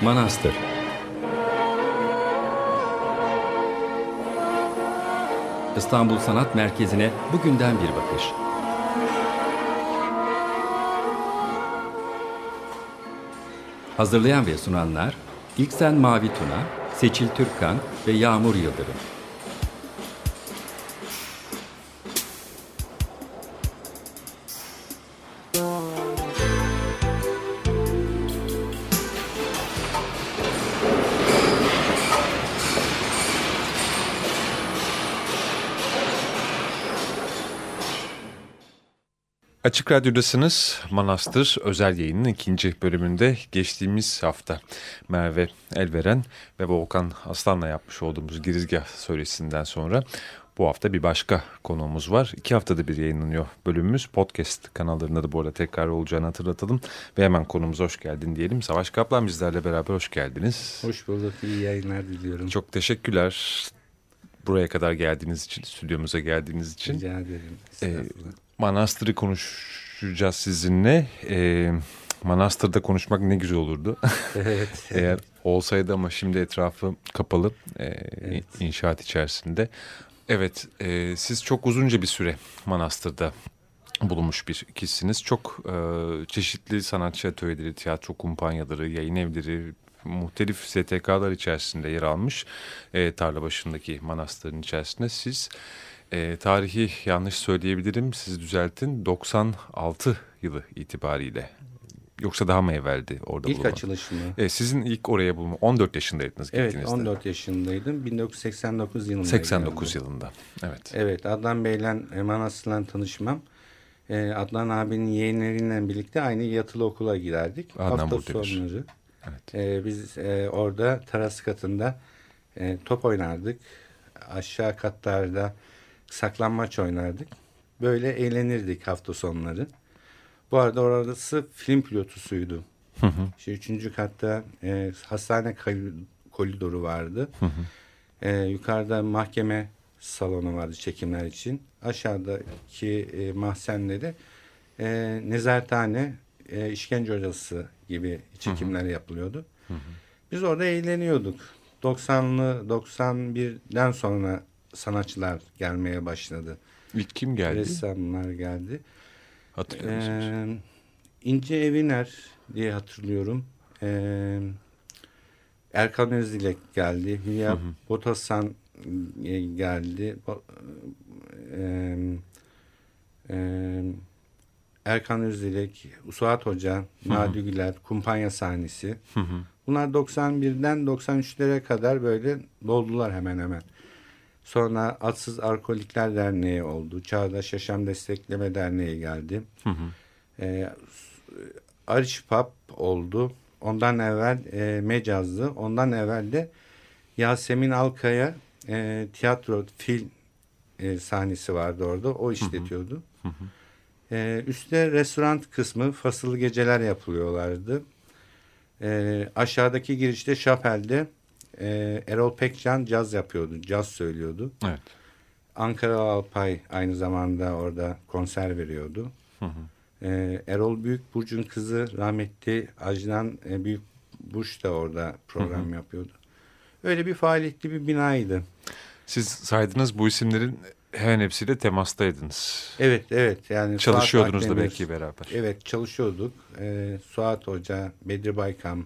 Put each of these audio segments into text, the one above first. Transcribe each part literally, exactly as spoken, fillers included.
Manastır. İstanbul Sanat Merkezi'ne bugünden bir bakış. Hazırlayan ve sunanlar İlksen Mavi Tuna, Seçil Türkkan ve Yağmur Yıldırım. Açık Radyo'dasınız. Manastır özel yayının ikinci bölümünde geçtiğimiz hafta Merve Elveren ve Volkan Aslan'la yapmış olduğumuz girizgah söyleşisinden sonra bu hafta bir başka konuğumuz var. İki haftada bir yayınlanıyor bölümümüz. Podcast kanallarında da bu arada tekrar olacağını hatırlatalım. Ve hemen konumuza hoş geldin diyelim. Savaş Kaplan bizlerle beraber hoş geldiniz. Hoş bulduk. İyi yayınlar diliyorum. Çok teşekkürler. Buraya kadar geldiğiniz için, stüdyomuza geldiğiniz için. Rica ederim. Ee, Manastır'ı konuşacağız sizinle. Ee, Manastır'da konuşmak ne güzel olurdu. Evet. Eğer olsaydı ama şimdi etrafı kapalı e, evet. inşaat içerisinde. Evet, e, siz çok uzunca bir süre Manastır'da bulunmuş bir kişisiniz. Çok e, çeşitli sanatçı atölyeleri, tiyatro kumpanyaları, yayın evleri, muhtelif S T K'lar içerisinde yer almış. E, Tarlabaşı'ndaki Manastır'ın içerisinde siz... E, tarihi yanlış söyleyebilirim, siz düzeltin, doksan altı yılı itibariyle, yoksa daha mı evveldi orada İlk bulunma? açılışı mı? E, sizin ilk oraya bulunma, on dört yaşındaydınız gittiğinizde. Evet, on dört yaşındaydım, bin dokuz yüz seksen dokuz yılında. seksen dokuz yılında, evet. Evet, Adnan Bey'le Manastır'la tanışmam. E, Adnan abinin yeğenleriyle birlikte aynı yatılı okula giderdik. Adnan Hafta Burdemiş. sonları. Evet. E, biz e, orada teras katında e, top oynardık. Aşağı katlarda saklambaç oynardık. Böyle eğlenirdik hafta sonları. Bu arada orası film pilotusuydu. Hı hı. İşte üçüncü katta e, hastane koridoru vardı. Hı hı. E, yukarıda mahkeme salonu vardı çekimler için. Aşağıdaki e, mahzenleri e, nezarethane, e, işkence odası gibi çekimler hı hı. yapılıyordu. Hı hı. Biz orada eğleniyorduk. doksanlı doksan birden sonra sanatçılar gelmeye başladı. İlk kim geldi? Ressamlar geldi. Hatırlıyor musunuz? Ee, İnce Eviner diye hatırlıyorum. Ee, Erkan Özdilek geldi. Hülya hı hı. Botasan geldi. Ee, e, Erkan Özdilek, Suat Hoca, hı hı. Nadi Güler, Kumpanya sahnesi. Hı hı. Bunlar doksan birden doksan üçlere kadar böyle doldular hemen hemen. Sonra Atsız Alkolikler Derneği oldu. Çağdaş Yaşam Destekleme Derneği geldi. Hı hı. E, Arış Pub oldu. Ondan evvel e, Mecazlı. Ondan evvel de Yasemin Alkaya e, tiyatro, film e, sahnesi vardı orada. O işletiyordu. Hı hı. E, üstte restoran kısmı, fasılı geceler yapılıyorlardı. E, aşağıdaki girişte Şapel'de e, Erol Pekcan caz yapıyordu. Caz söylüyordu. Evet. Ankara Alpay aynı zamanda orada konser veriyordu. Hı hı. E, Erol Büyükburç'un kızı rahmetli Ajdan e, Büyükburç da orada program hı hı. yapıyordu. Öyle bir faaliyetli bir binaydı. Siz saydınız bu isimlerin hemen hepsiyle temastaydınız. Evet, evet. Yani çalışıyordunuz da belki beraber. Evet, çalışıyorduk. E, Suat Hoca, Bedri Baykam,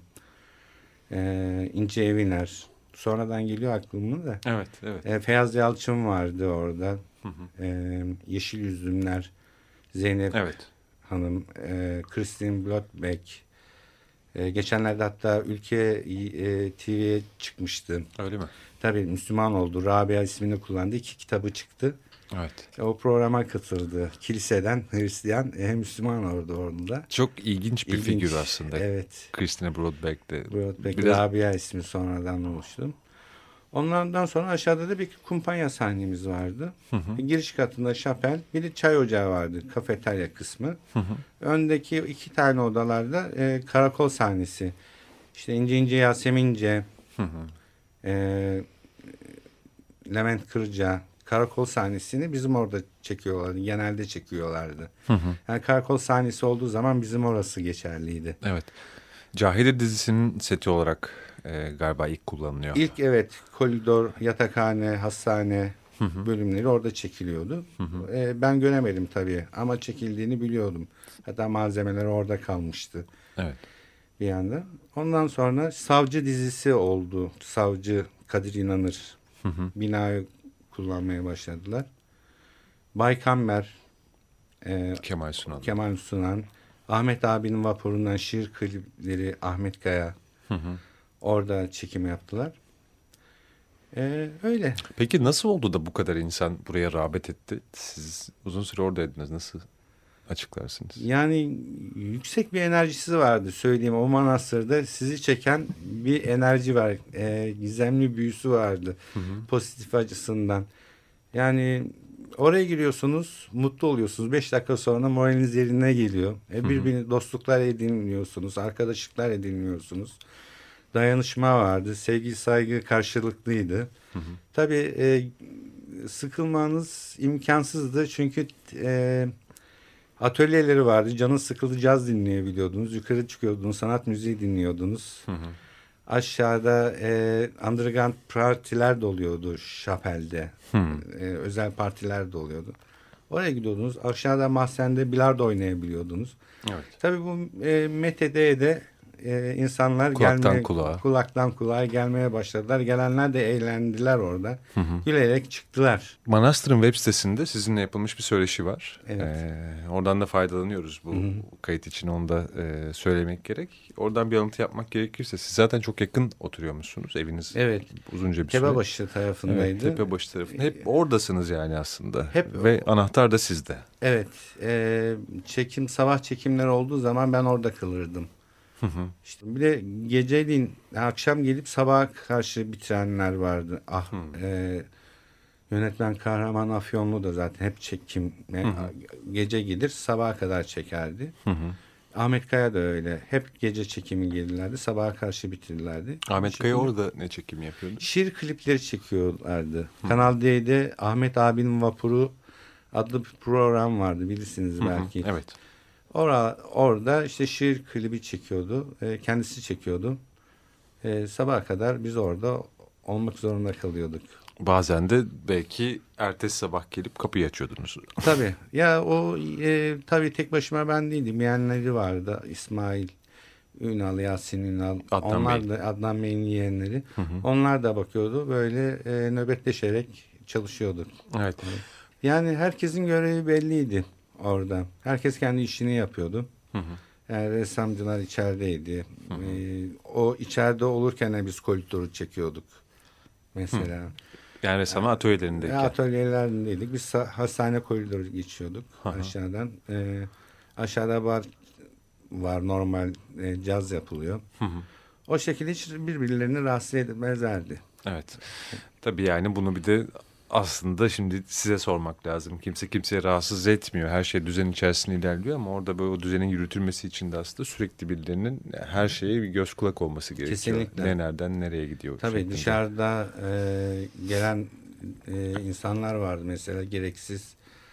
e, İnce Eviner. Sonradan geliyor aklımda da. Evet, evet. E, Feyyaz Yalçın vardı orada. Hı hı. E, Yeşil Yüzlümler, Zeynep evet. Hanım, e, Kristin Blotbeck. E, geçenlerde hatta Ülke e, T V'ye çıkmıştı. Öyle mi? Tabii Müslüman oldu. Rabia ismini kullandı. İki kitabı çıktı. Evet. O programa katıldı. Kiliseden Hristiyan, e, Müslüman oldu orada. Çok ilginç bir ilginç, figür aslında. Evet. Christine Broadbeck de. Broadbeck, Biraz... Rabia ismi sonradan oluştu. Onlardan sonra aşağıda da bir kumpanya sahnemiz vardı. Hı hı. Giriş katında şapel, bir de çay ocağı vardı. Kafeterya kısmı. Hı hı. Öndeki iki tane odalarda e, karakol sahnesi. İşte İnce İnce Yasemince, hı hı. E, Levent Kırca, karakol sahnesini bizim orada çekiyorlardı. Genelde çekiyorlardı. Hı hı. Yani karakol sahnesi olduğu zaman bizim orası geçerliydi. Evet. Cahide dizisinin seti olarak e, galiba ilk kullanılıyor. İlk evet koridor, yatakhane, hastane hı hı. bölümleri orada çekiliyordu. Hı hı. E, ben göremedim tabii ama çekildiğini biliyordum. Hatta malzemeler orada kalmıştı. Evet. Bir yanda. Ondan sonra Savcı dizisi oldu. Savcı Kadir İnanır hı hı. binayı kullanmaya başladılar. Baykamber, e, Kemal Sunan. Kemal Sunan, Ahmet abinin vapurundan şiir klipleri Ahmet Kaya hı hı. orada çekim yaptılar. Ee, öyle. Peki nasıl oldu da bu kadar insan buraya rağbet etti? Siz uzun süre oradaydınız. Nasıl açıklarsınız? Yani yüksek bir enerjisi vardı söyleyeyim. O manastırda sizi çeken bir enerji var. Ee, gizemli büyüsü vardı. Hı hı. Pozitif açısından. Yani oraya giriyorsunuz, mutlu oluyorsunuz. Beş dakika sonra moraliniz yerine geliyor. E, birbirini dostluklar edinliyorsunuz, arkadaşlıklar edinliyorsunuz. Dayanışma vardı, sevgi, saygı karşılıklıydı. Hı hı. Tabii e, sıkılmanız imkansızdı çünkü e, atölyeleri vardı. Canın sıkıldı, caz dinleyebiliyordunuz. Yukarı çıkıyordunuz, sanat müziği dinliyordunuz. Hı hı. Aşağıda e, underground partiler de oluyordu Şapel'de. E, özel partiler de oluyordu. Oraya gidiyordunuz. Aşağıda mahzende bilardo oynayabiliyordunuz. Evet. Tabii bu e, Mete'de de e, insanlar kulaktan gelmeye, kulağa. kulaktan kulağa gelmeye başladılar. Gelenler de eğlendiler orada. Hı hı. Gülerek çıktılar. Manastır'ın web sitesinde sizinle yapılmış bir söyleşi var. Evet. Ee, oradan da faydalanıyoruz bu hı hı. kayıt için, onu da e, söylemek gerek. Oradan bir alıntı yapmak gerekirse siz zaten çok yakın oturuyormuşsunuz. Eviniz evet. uzunca bir süre. Tepebaşı tarafındaydı. Evet, Tepebaşı tarafında. Hep oradasınız yani aslında. Hep ve anahtar da sizde. Evet. E, çekim sabah çekimler olduğu zaman ben orada kalırdım. Hı hı. İşte bir de geceliğin akşam gelip sabaha karşı bitirenler vardı. Ah e, yönetmen Kahraman Afyonlu da zaten hep çekim hı hı. gece gelir sabaha kadar çekerdi. Hı hı. Ahmet Kaya da öyle. Hep gece çekimi gelirlerdi. Sabaha karşı bitirirlerdi. Ahmet Kaya orada ne çekimi yapıyordu? Şiir klipleri çekiyorlardı. Hı. Kanal D'de Ahmet abinin vapuru adlı bir program vardı. Bilirsiniz belki. Hı hı. Evet. Orada, orada işte şiir klibi çekiyordu. E, kendisi çekiyordu. E, sabaha kadar biz orada olmak zorunda kalıyorduk. Bazen de belki ertesi sabah gelip kapıyı açıyordunuz. Tabii. Ya o e, tabii tek başıma ben değildim. Yeğenleri vardı. İsmail Ünal, Yasin Ünal. Adnan onlar Bey. da Adnan Bey'in yeğenleri. Hı hı. Onlar da bakıyordu. Böyle e, nöbetleşerek çalışıyorduk. Evet. Yani herkesin görevi belliydi orada. Herkes kendi işini yapıyordu. Hı hı. Yani ressamcılar içerideydi. Hı hı. Ee, o içeride olurken de biz koridoru çekiyorduk. Mesela. Hı. Yani ressamı atölyelerindeyken. Atölyelerindeydik. Biz hastane koridoru geçiyorduk. Hı hı. Aşağıdan. Ee, aşağıda bar var. Normal e, caz yapılıyor. Hı hı. O şekilde hiç birbirlerini rahatsız etmezlerdi. Evet. Tabii yani bunu bir de aslında şimdi size sormak lazım. Kimse kimseye rahatsız etmiyor. Her şey düzen içerisinde ilerliyor ama orada böyle o düzenin yürütülmesi için de aslında sürekli birilerinin her şeye bir göz kulak olması gerekiyor. Kesinlikle. Ne nereden nereye gidiyor? Tabii şeklinde. Dışarıda e, gelen e, insanlar vardı mesela gereksiz.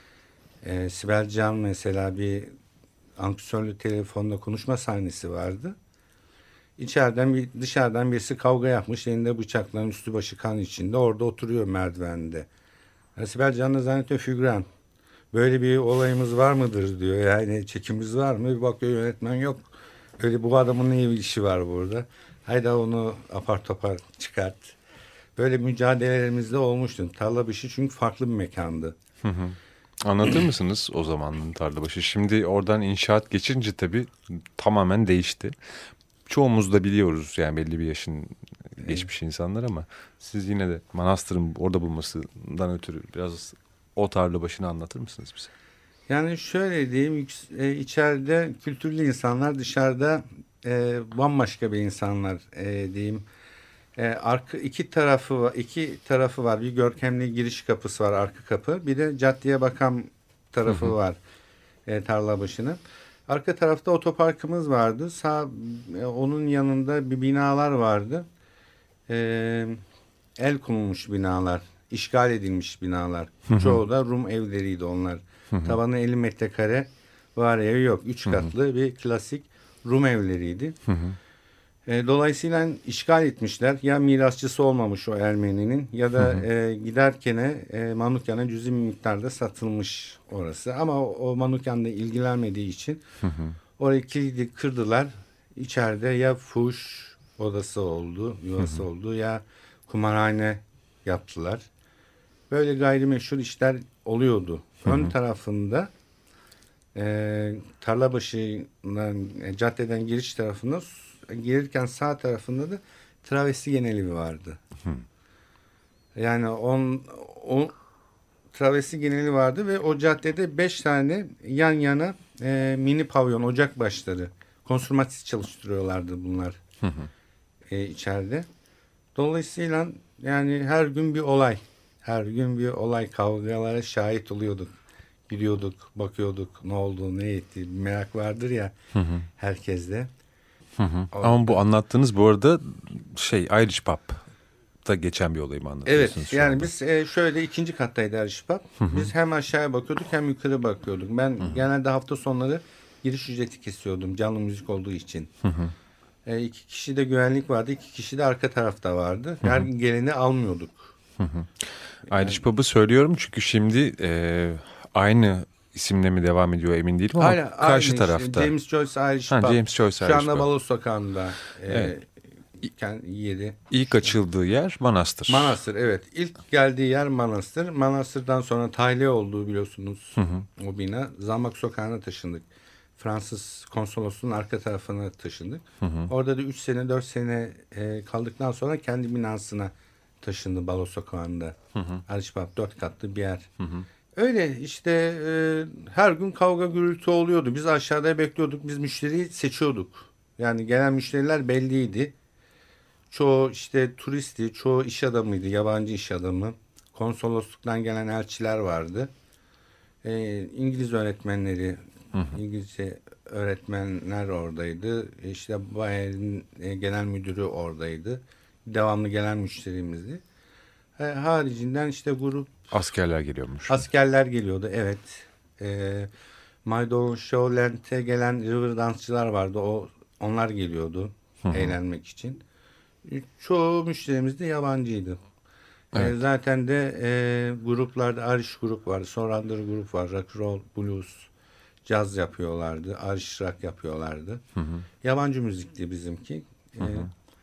E, Sibel Can mesela bir ankesörlü telefonla konuşma sahnesi vardı. İçeriden bir dışarıdan birisi kavga yapmış. Elinde bıçakların üstü başı kan içinde. Orada oturuyor merdivende. Sibel Can da zannediyor figüran. Böyle bir olayımız var mıdır diyor. Yani çekimimiz var mı? Bir bakıyor yönetmen yok. Öyle bu adamın ne işi var burada? Haydi onu apar topar çıkart. Böyle mücadelelerimizde olmuştu. Tarlabaşı çünkü farklı bir mekandı. Hı hı. Anlatır mısınız o zamanın Tarlabaşı? Şimdi oradan inşaat geçince tabii tamamen değişti. Çoğumuz da biliyoruz yani belli bir yaşın geçmiş insanlar ama siz yine de manastırın orada bulmasından ötürü biraz o Tarlabaşı'nı anlatır mısınız bize? Yani şöyle diyeyim, içeride kültürlü insanlar, dışarıda e, bambaşka bir insanlar e, diyeyim. E, arka iki tarafı var, iki tarafı var. Bir görkemli giriş kapısı var, arka kapı. Bir de caddeye bakan tarafı hı hı. var e, Tarlabaşı'nın. Arka tarafta otoparkımız vardı. Sağ e, onun yanında bir binalar vardı. E, el konulmuş binalar, işgal edilmiş binalar. Hı hı. Çoğu da Rum evleriydi onlar. Hı hı. Tavanı elli metrekare var evi yok. Üç katlı hı hı. bir klasik Rum evleriydi. Hı hı. E, dolayısıyla işgal etmişler. Ya mirasçısı olmamış o Ermeni'nin ya da hı hı. E, giderken e, Manukyan'a cüzi bir miktarda satılmış orası. Ama o, o Manukyan'la ilgilenmediği için hı hı. orayı kilidi kırdılar. İçeride ya fuhuş odası oldu, yuvası hı hı. oldu ya kumarhane yaptılar. Böyle gayrimeşru işler oluyordu. Hı hı. Ön tarafında e, Tarlabaşı'ndan, e, caddeden giriş tarafında gelirken sağ tarafında da travesti genelevi vardı. Hı. Yani on, o travesti geneli vardı ve o caddede beş tane yan yana e, mini pavyon, ocak başları, konsumatis çalıştırıyorlardı bunlar hı hı. E, içeride. Dolayısıyla yani her gün bir olay, her gün bir olay, kavgalara şahit oluyorduk. Gidiyorduk, bakıyorduk, ne oldu, ne etti, merak vardır ya hı hı. herkeste. Hı hı. Ama bu anlattığınız bu arada şey Irish Pub'da geçen bir olayı mı anlatıyorsunuz? Evet, yani biz e, şöyle ikinci kattaydı Irish Pub. Hı hı. Biz hem aşağıya bakıyorduk hem yukarı bakıyorduk. Ben hı hı. genelde hafta sonları giriş ücreti kesiyordum canlı müzik olduğu için. Hı hı. E, iki kişi de güvenlik vardı, iki kişi de arka tarafta vardı. Her hı hı. geleni almıyorduk. Hı hı. Yani, Irish Pub'ı söylüyorum çünkü şimdi e, aynı isimle mi devam ediyor emin değilim ama aynı, karşı aynı tarafta. Işte, James Joyce Irish ha, Pub. James Joyce Şu Irish anda Pub. Balo Sokağı'nda e, evet. yeri. İlk işte. Açıldığı yer Manastır. Manastır evet. İlk geldiği yer Manastır. Manastır'dan sonra tahliye olduğu biliyorsunuz hı hı. o bina. Zambak Sokağı'na taşındık. Fransız konsolosluğunun arka tarafına taşındık. Hı hı. Orada da üç sene dört sene e, kaldıktan sonra kendi binasına taşındı Balo Sokağı'nda. Irish Pub dört katlı bir yer. Hı hı. Öyle işte e, her gün kavga gürültü oluyordu. Biz aşağıda bekliyorduk. Biz müşteriyi seçiyorduk. Yani gelen müşteriler belliydi. Çoğu işte turisti, çoğu iş adamıydı, yabancı iş adamı. Konsolosluktan gelen elçiler vardı. E, İngiliz öğretmenleri, hı hı. İngilizce öğretmenler oradaydı. İşte Bayer'in e, genel müdürü oradaydı. Devamlı gelen müşterimizdi. E, haricinden işte grup... Askerler geliyormuş. Askerler geliyordu, evet. E, Maydon Showland'e gelen river dansçılar vardı. O Onlar geliyordu hı hı. eğlenmek için. Çoğu müşterimiz de yabancıydı. Evet. E, zaten de e, gruplarda Irish grup var, Sorander grup var, rock roll, blues, caz yapıyorlardı, Irish rock yapıyorlardı. Hı hı. Yabancı müzikti bizimki. E, hı hı.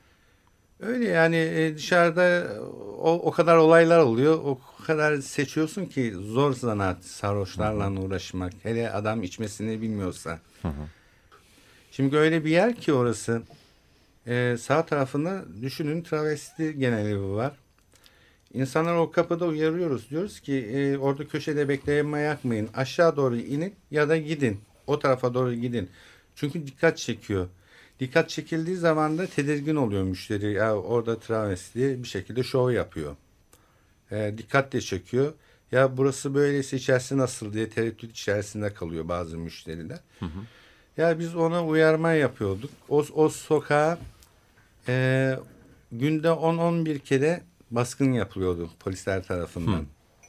Öyle yani e, dışarıda o, o kadar olaylar oluyor, o kadar seçiyorsun ki zor zanaat sarhoşlarla hı hı. uğraşmak. Hele adam içmesini bilmiyorsa. Hı hı. Şimdi öyle bir yer ki orası. Ee, sağ tarafında düşünün travesti genelevi var. İnsanlar o kapıda uyarıyoruz. Diyoruz ki e, orada köşede beklemeye yakmayın. Aşağı doğru inin ya da gidin. O tarafa doğru gidin. Çünkü dikkat çekiyor. Dikkat çekildiği zaman da tedirgin oluyor müşteri. Ya orada travesti bir şekilde şov yapıyor. E, dikkat de çekiyor. Ya burası böyleyse içerisi nasıl diye tereddüt içerisinde kalıyor bazı müşteriler. Hı hı. Ya biz ona uyarma yapıyorduk. O, o sokağa e, günde on on bir kere baskın yapılıyordu polisler tarafından.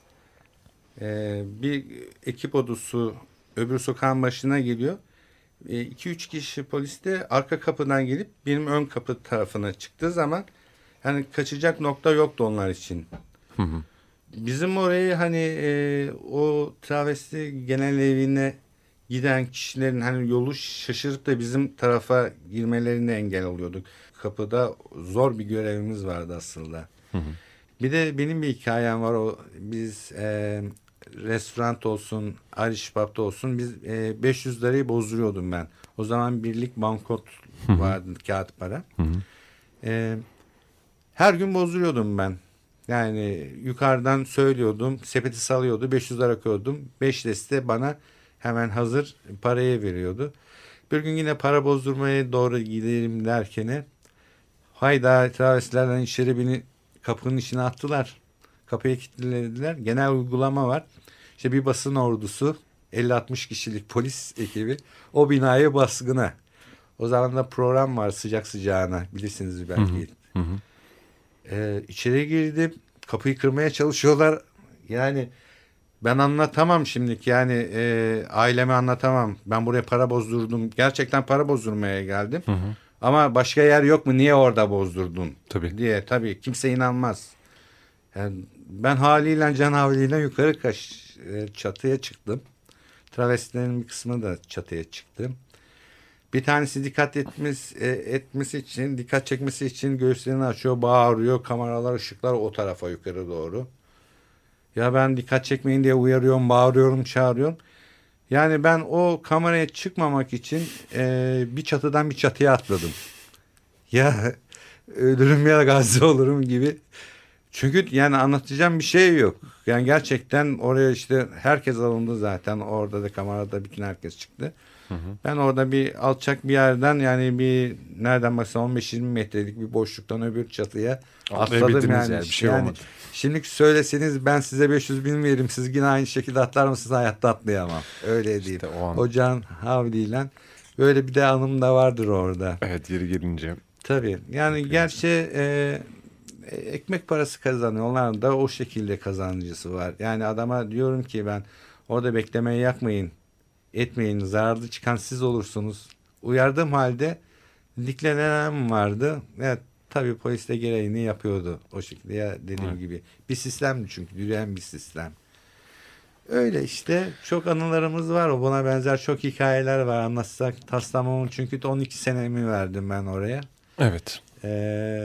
E, bir ekip ordusu öbür sokağın başına geliyor. iki üç kişi polis de arka kapıdan gelip benim ön kapı tarafına çıktığı zaman yani kaçacak nokta yoktu onlar için. Hı hı. Bizim orayı hani e, o travesti genel evine giden kişilerin hani yolu şaşırıp da bizim tarafa girmelerine engel oluyorduk. Kapıda zor bir görevimiz vardı aslında. Hı hı. Bir de benim bir hikayem var. O biz e, restoran olsun, Irish Pub'da olsun biz e, beş yüz lirayı bozduruyordum ben. O zaman birlik banknot vardı, hı hı. kağıt para. Hı hı. E, her gün bozduruyordum ben. Yani yukarıdan söylüyordum, sepeti salıyordu, beş yüz lira koyuyordum. beş deste bana hemen hazır parayı veriyordu. Bir gün yine para bozdurmaya doğru gidelim derken hayda travestilerden içeri beni kapının içine attılar. Kapıyı kilitlediler. Genel uygulama var. İşte bir basın ordusu elli altmış kişilik polis ekibi o binaya baskına. O zaman da program var sıcak sıcağına bilirsiniz belki. Hı hı. Ee, içeri girdim. Kapıyı kırmaya çalışıyorlar. Yani ben anlatamam şimdiki yani e, aileme anlatamam. Ben buraya para bozdurdum. Gerçekten para bozdurmaya geldim. Hı hı. Ama başka yer yok mu? Niye orada bozdurdun? Tabii. Diye tabii kimse inanmaz. Yani ben haliyle can havliyle yukarı kaş, çatıya çıktım. Travestilerin bir kısmı da çatıya çıktım. Bir tanesi dikkat etmesi, etmesi için, dikkat çekmesi için göğüslerini açıyor, bağırıyor. Kameralar, ışıklar o tarafa yukarı doğru. Ya ben dikkat çekmeyin diye uyarıyorum, bağırıyorum, çağırıyorum. Yani ben o kameraya çıkmamak için e, bir çatıdan bir çatıya atladım. Ya ölürüm ya gazi olurum gibi. Çünkü yani anlatacağım bir şey yok. Yani gerçekten oraya işte herkes alındı zaten. Orada da kamerada bütün herkes çıktı. Hı hı. Ben orada bir alçak bir yerden yani bir nereden baksan on beş yirmi metrelik bir boşluktan öbür çatıya atladım yani. yani bir şey yani olmadı. Şimdi söyleseniz ben size beş yüz bin veririm. Siz yine aynı şekilde atlar mısınız? Hayatta atlayamam. Öyle işte değil. O, an... o can havliyle böyle bir de anım da vardır orada. Evet, yeri gelince. Tabii. Yani okay. Gerçi e, ekmek parası kazanıyor. Onların da o şekilde kazancısı var. Yani adama diyorum ki ben orada beklemeyi yapmayın. Etmeyin. Zararlı çıkan siz olursunuz. Uyardığım halde diklenen vardı. Evet. Tabii polis de gereğini yapıyordu o şekilde ya dediğim Hı. gibi. Bir sistemdi çünkü yürüyen bir sistem. Öyle işte çok anılarımız var. Buna benzer çok hikayeler var anlatsak taslamamın çünkü on iki senemi verdim ben oraya. Evet. Ee,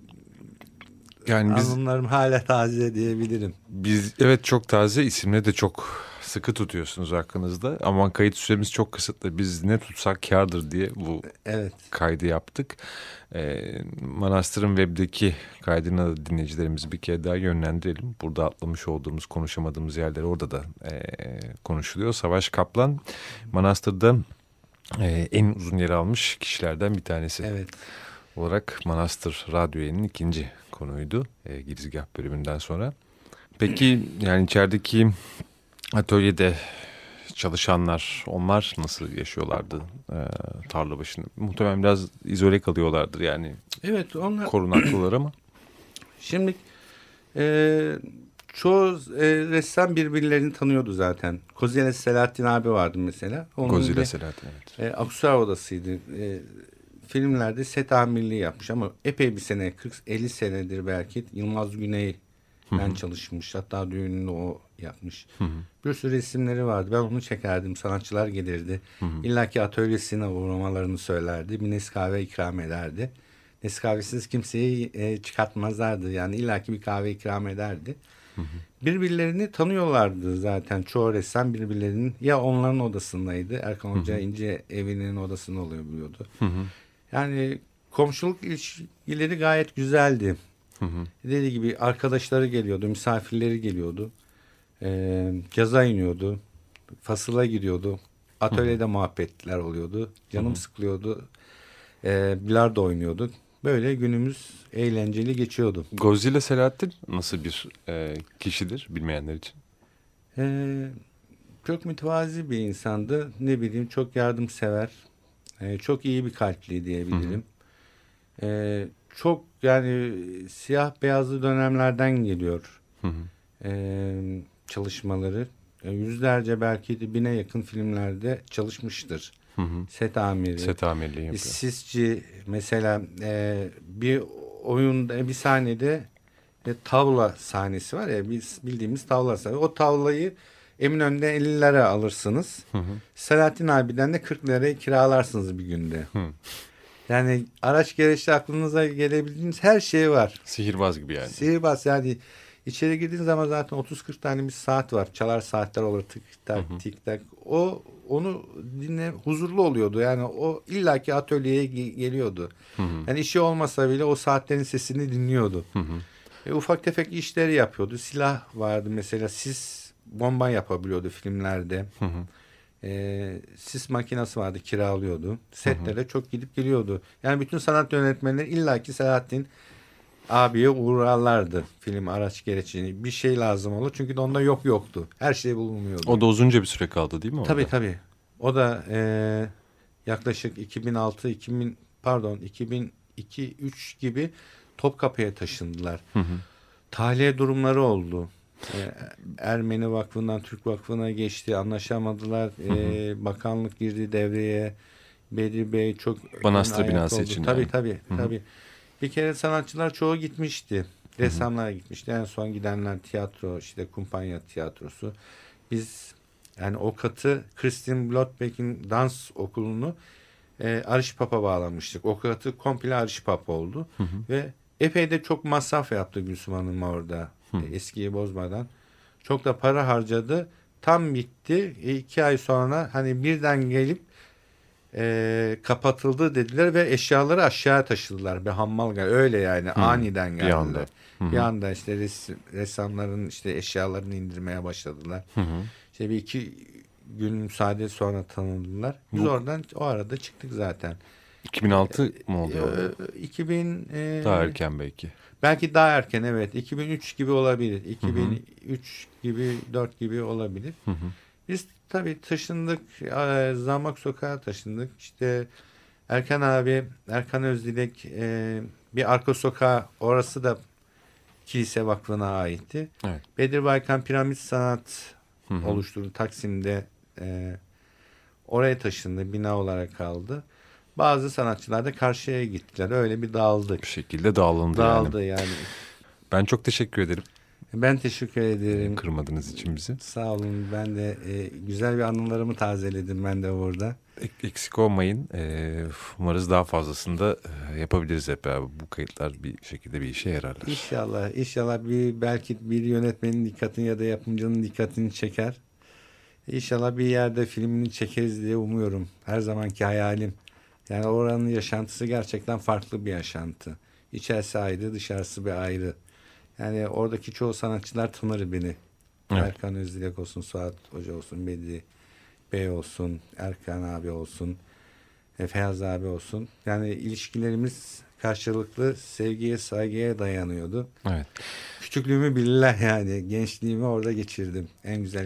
yani biz, anılarım hala taze diyebilirim. Biz evet çok taze, isimleri de çok sıkı tutuyorsunuz hakkınızda ama kayıt süremiz çok kısıtlı. Biz ne tutsak kârdır diye bu evet. kaydı yaptık. Ee, Manastır'ın webdeki kaydına da dinleyicilerimizi bir kere daha yönlendirelim. Burada atlamış olduğumuz, konuşamadığımız yerler orada da e, konuşuluyor. Savaş Kaplan Manastır'da e, en uzun yer almış kişilerden bir tanesi. Evet. Olarak Manastır Radyo'nun ikinci konuydu e, girizgah bölümünden sonra. Peki yani içerideki atölyede çalışanlar, onlar nasıl yaşıyorlardı e, tarla başında? Muhtemelen biraz izole kalıyorlardır yani. Evet, onlar korunaklılar ama. Şimdi e, çoğu e, ressam birbirlerini tanıyordu zaten. Kozile Selahattin abi vardı mesela. Kozile Selahattin, evet. E, Aksuar odasıydı. E, filmlerde set amirliği yapmış ama epey bir sene, kırk elli senedir belki Yılmaz Güney ben çalışmış. Hatta düğününü o yapmış. Hı hı. Bir sürü resimleri vardı. Ben onu çekerdim. Sanatçılar gelirdi. Hı hı. İlla ki atölyesine uğramalarını söylerdi. Bir Nescafe ikram ederdi. Nescafesiz kimseyi e, çıkartmazlardı. Yani illa ki bir kahve ikram ederdi. Hı hı. Birbirlerini tanıyorlardı zaten. Çoğu ressam birbirlerinin ya onların odasındaydı. Erkan Hoca hı hı. İnce evinin odasında oluyor biliyordu. Hı hı. Yani komşuluk ilişkileri gayet güzeldi. Hı hı. Dediği gibi arkadaşları geliyordu, misafirleri geliyordu. Ee, caza iniyordu, fasıla gidiyordu. Atölyede hı hı. muhabbetler oluyordu. Canım hı hı. sıkılıyordu. Ee, bilardo oynuyorduk. Böyle günümüz eğlenceli geçiyordu. Kozile Selahattin nasıl bir e, kişidir bilmeyenler için? Ee, çok mütevazi bir insandı. Ne bileyim çok yardımsever. Ee, çok iyi bir kalpli diyebilirim. Hı hı. Ee, çok yani siyah beyazlı dönemlerden geliyor hı hı. Ee, çalışmaları. Ee, yüzlerce belki de bine yakın filmlerde çalışmıştır. Hı hı. Set amiri. Set amirliği yapıyor. Sisçi mesela e, bir oyunda bir sahnede e, tavla sahnesi var ya biz bildiğimiz tavla sahnesi. O tavlayı Eminönü'nde elli lira alırsınız. Hı hı. Selahattin abiden de kırk liraya kiralarsınız bir günde. Hı. Yani araç gereçte aklınıza gelebildiğiniz her şey var. Sihirbaz gibi yani. Sihirbaz yani içeri girdiğiniz zaman zaten otuz kırk tane bir saat var. Çalar saatler olur tık tak hı hı. tik tak. O onu dinle huzurlu oluyordu. Yani o illaki atölyeye ge- geliyordu. Hı hı. Yani işi olmasa bile o saatlerin sesini dinliyordu. Hı hı. E, ufak tefek işleri yapıyordu. Silah vardı mesela sis bomba yapabiliyordu filmlerde. Hı hı. E, sis makinesi vardı kiralıyordu. Setlere hı hı. çok gidip geliyordu. Yani bütün sanat yönetmenleri illaki Selahattin abiye uğrarlardı film araç gereçini. Bir şey lazım olur. Çünkü de onda yok yoktu. Her şey bulunmuyordu. O da uzunca bir süre kaldı değil mi? Tabii orada? Tabii. O da e, yaklaşık iki bin altı iki bin pardon iki bin iki üç gibi Topkapı'ya taşındılar. Hı hı. Tahliye durumları oldu. E, Ermeni Vakfı'ndan Türk Vakfı'na geçti. Anlaşamadılar. Hı hı. E, bakanlık girdi devreye. Bedri Bey çok Manastır binası oldu. için. Tabii yani. tabii. Hı-hı. tabii. Bir kere sanatçılar çoğu gitmişti. Ressamlar gitmişti. En son gidenler tiyatro, işte kumpanya tiyatrosu. Biz yani o katı Christine Blotbeck'in dans okulunu e, Arışpap'a bağlamıştık. O katı komple Arışpap oldu. Hı hı. Ve epey de çok masraf yaptı Gülsüm Hanım orada. E, eskiyi bozmadan. Çok da para harcadı. Tam bitti. E, iki ay sonra hani birden gelip e, kapatıldı dediler ve eşyaları aşağı taşıdılar. Bir hammal geldi. Öyle yani hı. aniden geldiler. Bir anda. Hı hı. Bir anda işte res, ressamların işte eşyalarını indirmeye başladılar. Hı hı. İşte bir iki gün müsaade sonra tanıdılar. Biz Bu, oradan o arada çıktık zaten. iki bin altı ee, mı oluyor? iki bin e, daha erken belki. Belki daha erken evet. iki bin üç gibi olabilir. iki bin üç hı hı. gibi dört gibi olabilir. Hı hı. Biz tabii taşındık. Zamak Sokağa taşındık. İşte Erkan abi, Erkan Özdilek e, bir arka sokağa, orası da Kilise Vakfı'na aitti. Evet. Bedir Baykan Piramit Sanat hı hı. oluşturdu Taksim'de. E, oraya taşındı. Bina olarak kaldı. Bazı sanatçılar da karşıya gittiler. Öyle bir dağıldık. Bir şekilde dağılındı Dağıldı yani. yani. Ben çok teşekkür ederim. Ben teşekkür ederim. Kırmadığınız için bizi. Sağ olun. Ben de e, güzel bir anılarımı tazeledim ben de burada. Eksik olmayın. E, umarız daha fazlasını da e, yapabiliriz hep beraber. Bu kayıtlar bir şekilde bir işe yararlar. İnşallah. İnşallah bir belki bir yönetmenin dikkatini ya da yapımcının dikkatini çeker. İnşallah bir yerde filmini çekeriz diye umuyorum. Her zamanki hayalim. Yani oranın yaşantısı gerçekten farklı bir yaşantı. İçerisi ayrı, dışarısı bir ayrı. Yani oradaki çoğu sanatçılar tanır beni. Evet. Erkan Özdilek olsun, Suat Hoca olsun, Bedri Bey olsun, Erkan abi olsun, Feyyaz abi olsun. Yani ilişkilerimiz karşılıklı sevgiye, saygıya dayanıyordu. Evet. Küçüklüğümü bilirler yani. Gençliğimi orada geçirdim. En güzel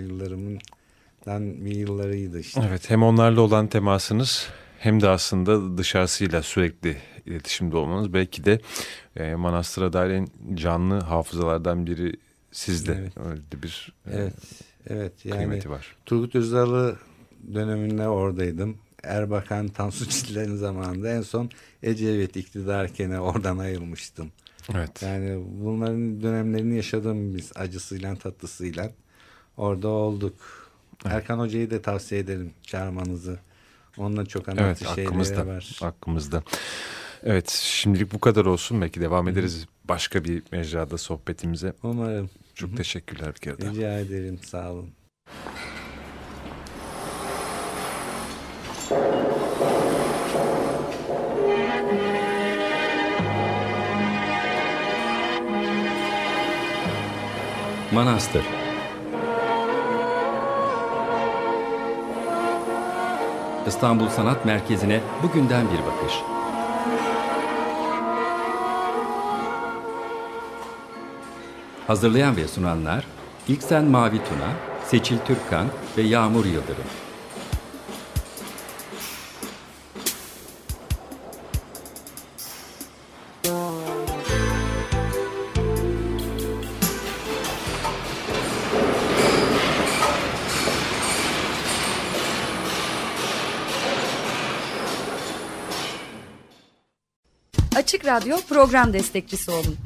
yıllarımdan bir yıllarıydı işte. Evet, hem onlarla olan temasınız hem de aslında dışarısıyla sürekli iletişimde olmanız belki de e, manastıra dair en canlı hafızalardan biri sizde. Evet. Öyle bir e, evet, evet. Yani kıymeti var. Turgut Özal'ı döneminde oradaydım. Erbakan, Tansu Çiller'in zamanında en son Ecevit iktidarken oradan ayrılmıştım. Evet. Yani bunların dönemlerini yaşadım biz, acısıyla tatlısıyla. Orada olduk. Evet. Erkan Hoca'yı da tavsiye ederim çağırmanızı. Onunla çok anlattığı evet, şeyleri aklımızda, var. Aklımızda. Evet, şimdilik bu kadar olsun. Belki devam ederiz Hı-hı. başka bir mecrada sohbetimize. Umarım. Çok Hı-hı. teşekkürler bir kere daha. Rica ederim, sağ olun. Manastır. İstanbul Sanat Merkezi'ne bugünden bir bakış. Hazırlayan ve sunanlar İlksen Mavi Tuna, Seçil Türkkan ve Yağmur Yıldırım. Açık Radyo program destekçisi olun.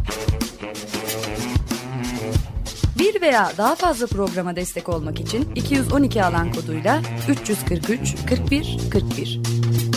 Bir veya daha fazla programa destek olmak için iki yüz on iki alan koduyla üç yüz kırk üç kırk bir kırk bir.